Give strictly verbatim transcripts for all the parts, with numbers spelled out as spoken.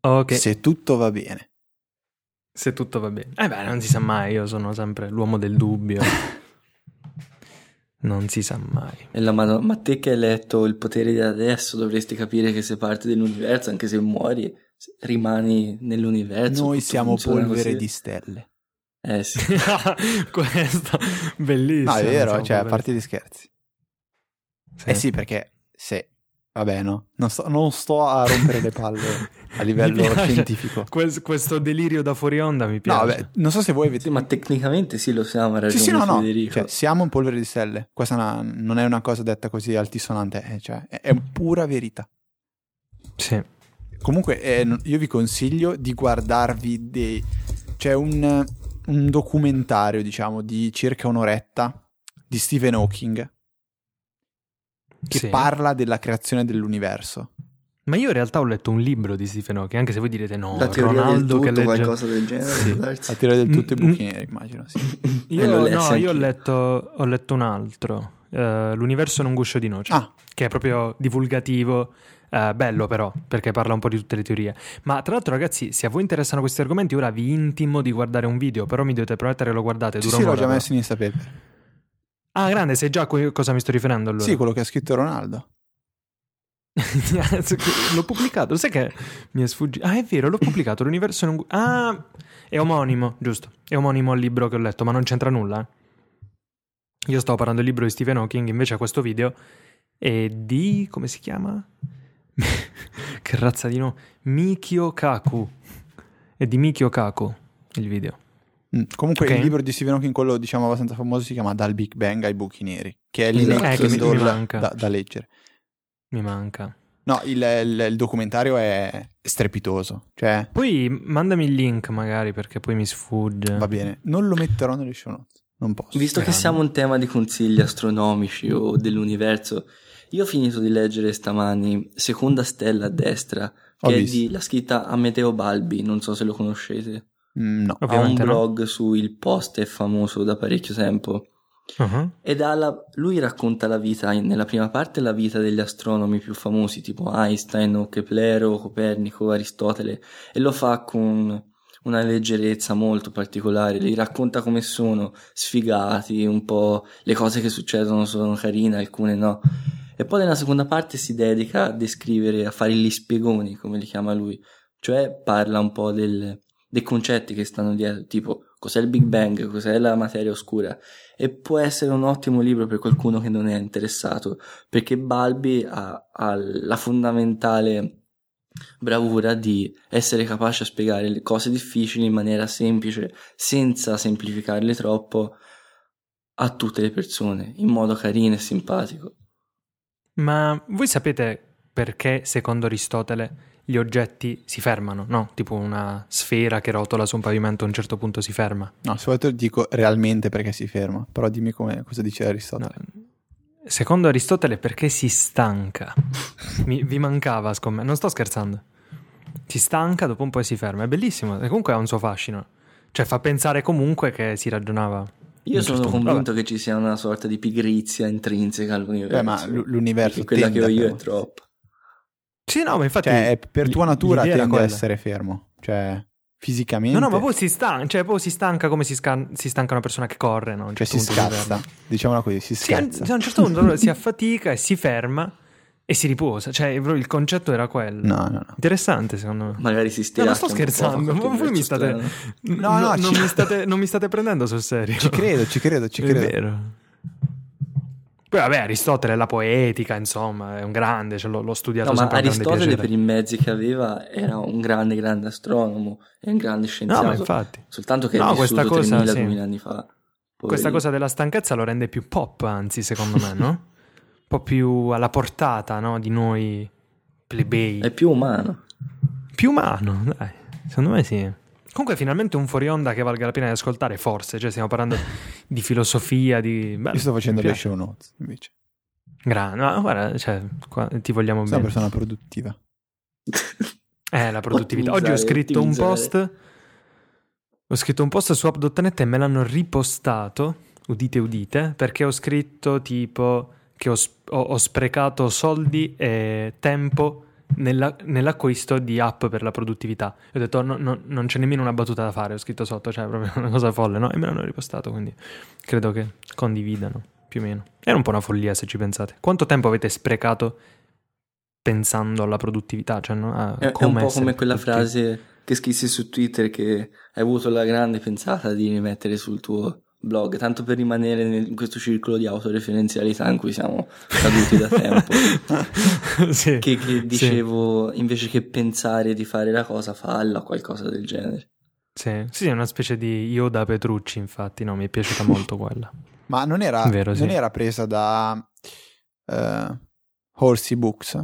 Ok. Se tutto va bene. Se tutto va bene. Eh beh, non si sa mai, io sono sempre l'uomo del dubbio. Non si sa mai. E la mano- ma te che hai letto Il potere di adesso dovresti capire che sei parte dell'universo, anche se muori, rimani nell'universo. Noi tutto siamo funziona polvere così. di stelle. Eh sì. Questo, bellissimo. No, è vero, siamo cioè, a poveri. parte gli scherzi. Sì. Eh sì, perché se... Vabbè, no, non sto, non sto a rompere le palle a livello Mi piace. scientifico. Que- questo delirio da fuori onda mi No, piace. vabbè, non so se voi avete... Sì, ma tecnicamente sì, lo siamo, ha Sì, ragione sì, no, no, Federico. cioè, siamo in polvere di stelle. Questa è una- non è una cosa detta così altisonante, eh, cioè, è, è pura verità. Sì. Comunque, eh, no- io vi consiglio di guardarvi dei... C'è un, un documentario, diciamo, di circa un'oretta di Stephen Hawking che Sì. parla della creazione dell'universo. Ma io in realtà ho letto un libro di Stephen Hawking, anche se voi direte no, La teoria Ronaldo del che tutto, legge... qualcosa del genere. Sì, può darsi. la teoria del tutto e i Mm, buchi neri, immagino, sì. Io, Eh, l'ho lessi no, io ho anch'io. letto, ho letto un altro, eh, L'universo in un guscio di noce, Ah, che è proprio divulgativo, eh, bello però, perché parla un po' di tutte le teorie. Ma tra l'altro ragazzi, se a voi interessano questi argomenti, ora vi intimo di guardare un video, però mi dovete promettere che lo guardate, sì, dura sì, l'ho un'ora, già però. messo in Instapaper. Ah, grande, sai già a cui- cosa mi sto riferendo allora? Sì, quello che ha scritto Ronaldo. L'ho pubblicato, sai che mi è sfuggito? Ah, è vero, l'ho pubblicato, l'universo in un... gu- Ah, è omonimo, giusto, è omonimo al libro che ho letto, ma non c'entra nulla, eh. Io stavo parlando del libro di Stephen Hawking, invece a questo video è di... come si chiama? Che razza di nome? Mikio Kaku. È di Mikio Kaku il video. Mm, Comunque Ok. il libro di Stephen Hawking, quello diciamo abbastanza famoso, si chiama Dal Big Bang ai buchi neri, che è lì Esatto. Eh, che mi- mi manca. da, da leggere. Mi manca. No, il, il- il documentario è strepitoso, cioè Poi mandami il link magari perché poi mi sfugge. va bene. Non lo metterò nelle show notes, non posso. Visto che Grande. siamo un tema di consigli astronomici o dell'universo, io ho finito di leggere stamani Seconda stella a destra, Ho che è visto. di la scritta Amedeo Balbi, non so se lo conoscete. Mm, no. Ha un Ovviamente no. blog su Il Post, è famoso da parecchio tempo. Uh-huh. Ed ha la- lui racconta la vita, nella prima parte la vita degli astronomi più famosi tipo Einstein o Keplero, o Copernico, Aristotele, e lo fa con una leggerezza molto particolare, li racconta come sono sfigati, un po' le cose che succedono sono carine, alcune no. E poi nella seconda parte si dedica a descrivere, a fare gli spiegoni, come li chiama lui, cioè parla un po' del- dei concetti che stanno dietro, tipo cos'è il Big Bang, cos'è la materia oscura, e può essere un ottimo libro per qualcuno che non è interessato, perché Balbi ha, ha la fondamentale bravura di essere capace a spiegare le cose difficili in maniera semplice, senza semplificarle troppo, a tutte le persone, in modo carino e simpatico. Ma voi sapete perché, secondo Aristotele, gli oggetti si fermano, no? Tipo una sfera che rotola su un pavimento a un certo punto si ferma. No, se vuoi te lo dico realmente perché si ferma, però dimmi come, cosa dice Aristotele. No. Secondo Aristotele perché si stanca. Mi, vi mancava, scommetto. Non sto scherzando. Si stanca, dopo un po' si ferma. È bellissimo. E comunque ha un suo fascino. Cioè fa pensare comunque che si ragionava. Io un sono certo punto. convinto che ci sia una sorta di pigrizia intrinseca all'universo. Beh, ma l- l'universo perché quella che ho tende a io è questo. troppo. Sì, no, ma infatti... Cioè, è- per tua l- natura l'idea era tende a quella. essere fermo, cioè fisicamente. No, no, ma poi si stanca, cioè poi si stanca come si, scan- si stanca una persona che corre, no? A un Cioè certo si punto scazza, ferma. diciamola così, si Sì, a scazza. a un certo punto allora si affatica e si ferma e si riposa. Cioè, proprio il concetto era quello. No, no, no. Interessante, secondo me. Magari si No, stiracchia non sto un po', scherzando, fa ma voi qualche mi state... verso strano. No, no, non, ci- mi state, non mi state prendendo sul serio. Ci credo, ci credo, ci È credo. vero. Poi vabbè, Aristotele, la poetica, insomma, è un grande, cioè, l'ho, l'ho studiato No, ma sempre a grande Aristotele piacere. per i mezzi che aveva era un grande, grande astronomo e un grande No, scienziato. ma infatti. Soltanto che No, è questa vissuto cosa, tremila sì. duemila anni fa. Questa Poverino. cosa della stanchezza lo rende più pop, anzi, secondo me, no? Un po' più alla portata, no? Di noi plebei. È più umano. Più umano, dai. Secondo me sì. Comunque finalmente un fuori onda che valga la pena di ascoltare, forse. Cioè stiamo parlando di filosofia, di... Bello, Io sto facendo mi le piace. show notes, invece. Grande, ma guarda, cioè, qua, ti vogliamo Sono una bene. persona produttiva. Eh, la produttività. Oggi ho Ottimizzare, scritto un ottimizzare. post. Ho scritto un post su app punto net e me l'hanno ripostato. Udite, udite. Perché ho scritto tipo che ho, sp- ho- ho sprecato soldi e tempo nella, nell'acquisto di app per la produttività. E ho detto no, no, non c'è nemmeno una battuta da fare, ho scritto sotto, cioè proprio una cosa folle, no? E me l'hanno ripostato, quindi credo che condividano più o meno. Era un po' una follia se ci pensate. Quanto tempo avete sprecato pensando alla produttività? Cioè, no? A È, è un po' come quella frase che scrissi su Twitter che hai avuto la grande pensata di rimettere sul tuo blog, tanto per rimanere nel, in questo circolo di autoreferenzialità in cui siamo caduti da tempo. Sì, che, che dicevo, sì. Invece che pensare di fare la cosa, falla, qualcosa del genere. Sì, sì, è una specie di Yoda Petrucci, infatti, no, mi è piaciuta molto quella. Ma non era, Vero, non sì. era presa da uh, Horsey Books?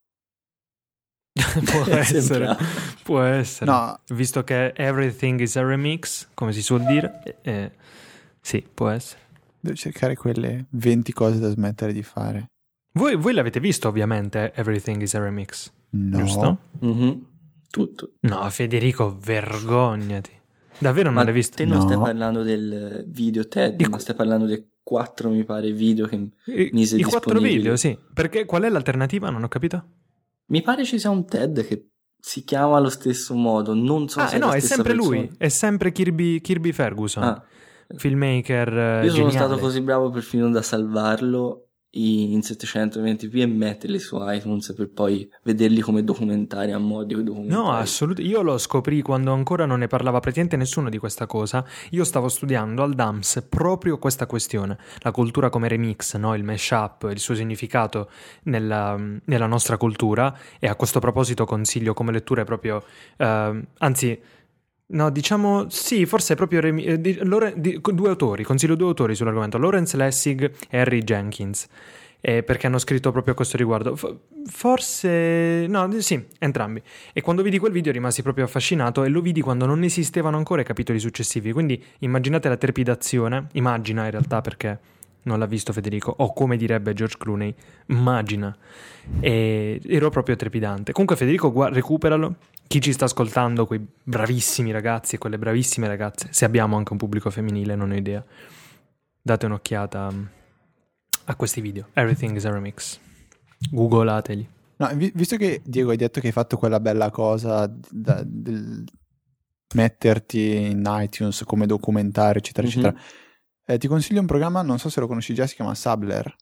Può essere, può essere. No. Visto che everything is a remix, come si suol dire, eh, sì, può essere. Devo cercare quelle venti cose da smettere di fare. Voi, voi l'avete visto, ovviamente, Everything is a Remix, No. giusto? Mm-hmm. Tutto. No, Federico, vergognati. Davvero non Ma l'hai visto? te non No. stai parlando del video TED, I- ma stai parlando dei quattro, mi pare, video che I, mise i quattro disponibili. video, sì. Perché qual è l'alternativa? Non ho capito. Mi pare ci sia un TED che si chiama allo stesso modo, non so Ah, se eh è no, la è stessa sempre persona. lui. È sempre Kirby, Kirby Ferguson, Ah. filmmaker eh, Io sono geniale. stato così bravo perfino da salvarlo in settecentoventi p e metterli su iTunes per poi vederli come documentari a mo' di documentari. No, assolutamente. Io lo scoprì quando ancora non ne parlava praticamente nessuno di questa cosa. Io stavo studiando al D A M S proprio questa questione, la cultura come remix, no? Il mashup, il suo significato nella, nella nostra cultura. E a questo proposito consiglio come letture proprio, eh, anzi, no, diciamo sì, forse proprio remi- eh, di, Lore- di, due autori, consiglio due autori sull'argomento, Lawrence Lessig e Harry Jenkins. Eh, perché hanno scritto proprio a questo riguardo. F- forse no, sì, entrambi. E quando vidi quel video rimasi proprio affascinato, e lo vidi quando non esistevano ancora i capitoli successivi. Quindi immaginate la trepidazione, immagina in realtà, perché non l'ha visto Federico, o come direbbe George Clooney, immagina. E ero proprio trepidante. Comunque Federico, guarda, recuperalo. Chi ci sta ascoltando, quei bravissimi ragazzi e quelle bravissime ragazze, se abbiamo anche un pubblico femminile, non ho idea, date un'occhiata a questi video. Everything is a Remix. Googlateli. No, vi- visto che Diego hai detto che hai fatto quella bella cosa da- del metterti in iTunes come documentario, eccetera, Mhm. eccetera, eh, ti consiglio un programma, non so se lo conosci già, si chiama Subler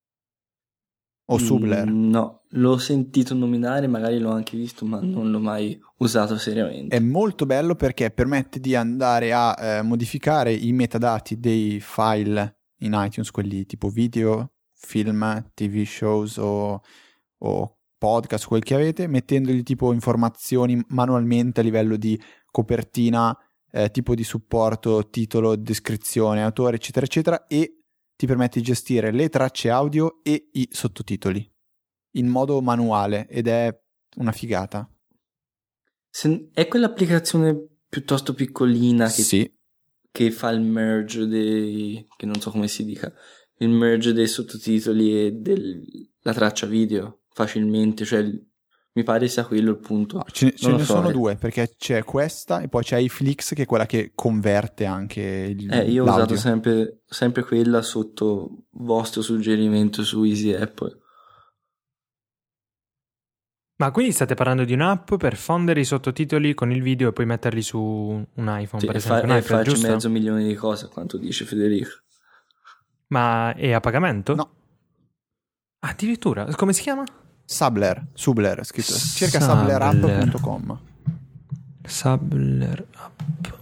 o Subler. Mm, no, l'ho sentito nominare, magari l'ho anche visto, ma non l'ho mai usato seriamente. È molto bello perché permette di andare a eh, modificare i metadati dei file in iTunes, quelli tipo video, film, T V shows o, o podcast, quel che avete, mettendogli tipo informazioni manualmente a livello di copertina, eh, tipo di supporto, titolo, descrizione, autore, eccetera, eccetera, e ti permette di gestire le tracce audio e i sottotitoli in modo manuale ed è una figata. Se- è quell'applicazione piuttosto piccolina che, Sì. che fa il merge dei... che non so come si dica, il merge dei sottotitoli e della traccia video facilmente, cioè il- mi pare sia quello il punto. No, ce ne, ce Non lo ne so, sono eh. due, perché c'è questa e poi c'è iFlix, che è quella che converte anche il, Eh, io ho l'audio. usato sempre, sempre quella sotto vostro suggerimento su Easy Apple. Ma quindi state parlando di un'app per fondere i sottotitoli con il video e poi metterli su un iPhone, Sì, per e, esempio, fa- un e iPad, farci giusto? mezzo milione di cose, a quanto dice Federico. Ma è a pagamento? No, Addirittura? Come si chiama? Subler, Subler, scritto. Cerca Subler. sublerapp punto com. Subler App.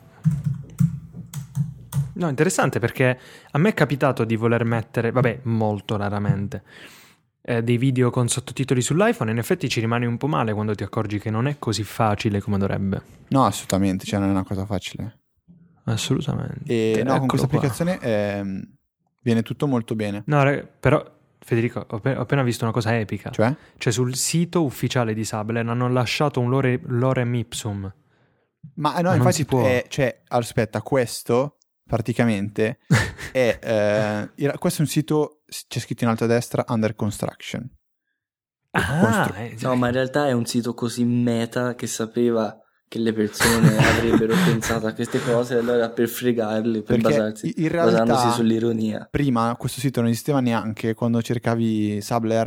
No, interessante, perché a me è capitato di voler mettere, vabbè, molto raramente, eh, dei video con sottotitoli sull'iPhone, e in effetti ci rimani un po' male quando ti accorgi che non è così facile come dovrebbe. No, assolutamente, cioè non è una cosa facile. Assolutamente. E no, con Eccolo questa qua. applicazione ehm, viene tutto molto bene. No, rag- però Federico, ho appe- ho appena visto una cosa epica. Cioè? Cioè sul sito ufficiale di Subler hanno lasciato un lore, lorem ipsum. Ma no, Ma non infatti, si può. è, cioè, aspetta, questo praticamente è, eh, il- questo è un sito, c'è scritto in alto a destra, under construction. Ah, Constru- eh, No, ma in realtà è un sito così meta che sapeva che le persone avrebbero pensato a queste cose, allora per fregarli, per Perché basarsi, in realtà- basandosi sull'ironia. Prima questo sito non esisteva neanche, quando cercavi Subler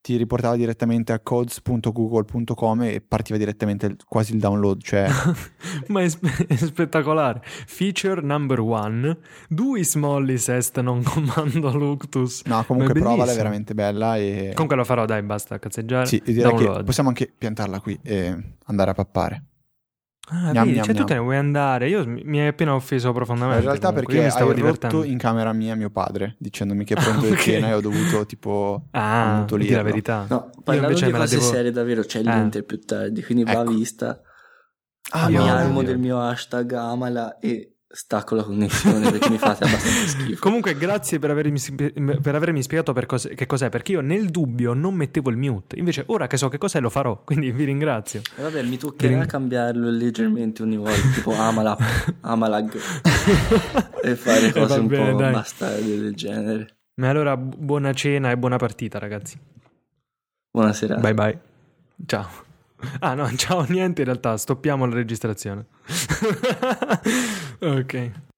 ti riportava direttamente a codes punto google punto com e partiva direttamente il- quasi il download, cioè Ma è, spe- è spettacolare. Feature number one. Due smollis est non comando luctus. no, Ma comunque è provala, è bellissimo. veramente bella e Comunque lo farò, dai, basta cazzeggiare. sì, io direi Download. che possiamo anche piantarla qui e andare a pappare. Ah, Gnam, vedi, gnam, cioè tu gnam. te ne vuoi andare? Io mi mi hai appena offeso profondamente. In realtà comunque. perché Io mi stavo hai rotto divertendo. in camera mia mio padre dicendomi che è pronto Ah, di ok. cena e ho dovuto tipo Ah, ammutolirlo. di la verità. No, Io parlando invece di me la cose devo... serie davvero, c'è Eh. l'Inter più tardi, quindi va Ecco. vista. Ah, Io- mi no, armo io- del mio hashtag amala e stacco la connessione perché mi fate abbastanza schifo. Comunque grazie per avermi, spie- per avermi spiegato per cos- che cos'è, perché io nel dubbio non mettevo il mute, invece ora che so che cos'è lo farò, quindi vi ringrazio. E vabbè, mi toccherà Ring- cambiarlo leggermente ogni volta, tipo amala, amalag e fare Eh, cose va un bene, po' dai. bastarde del genere. Ma allora bu- buona cena e buona partita ragazzi. Buonasera. Bye bye. Ciao. Ah no, ciao niente in realtà, stoppiamo la registrazione. Ok.